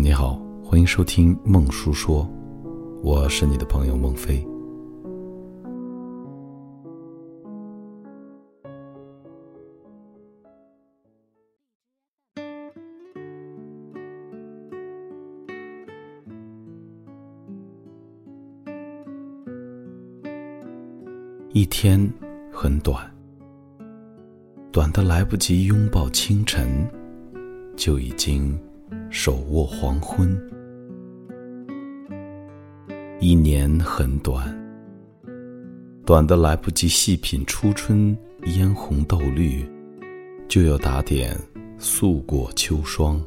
你好，欢迎收听孟叔说，我是你的朋友孟非。一天很短，短得来不及拥抱清晨，就已经手握黄昏。一年很短，短得来不及细品初春嫣红豆绿，就要打点素过秋霜。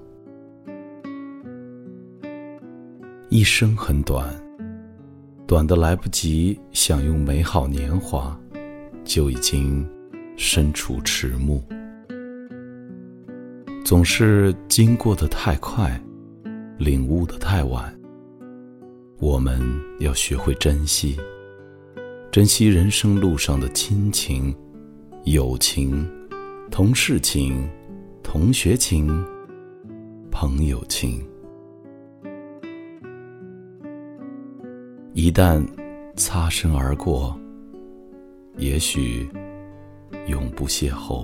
一生很短，短得来不及享用美好年华，就已经身处迟暮。总是经过得太快，领悟得太晚。我们要学会珍惜，珍惜人生路上的亲情、友情、同事情、同学情、朋友情。一旦擦身而过，也许永不邂逅。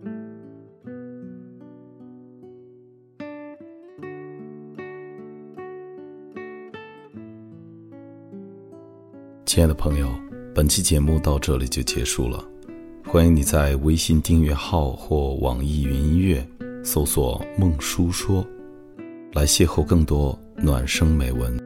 亲爱的朋友，本期节目到这里就结束了。欢迎你在微信订阅号或网易云音乐搜索孟叔说，来邂逅更多暖声美文。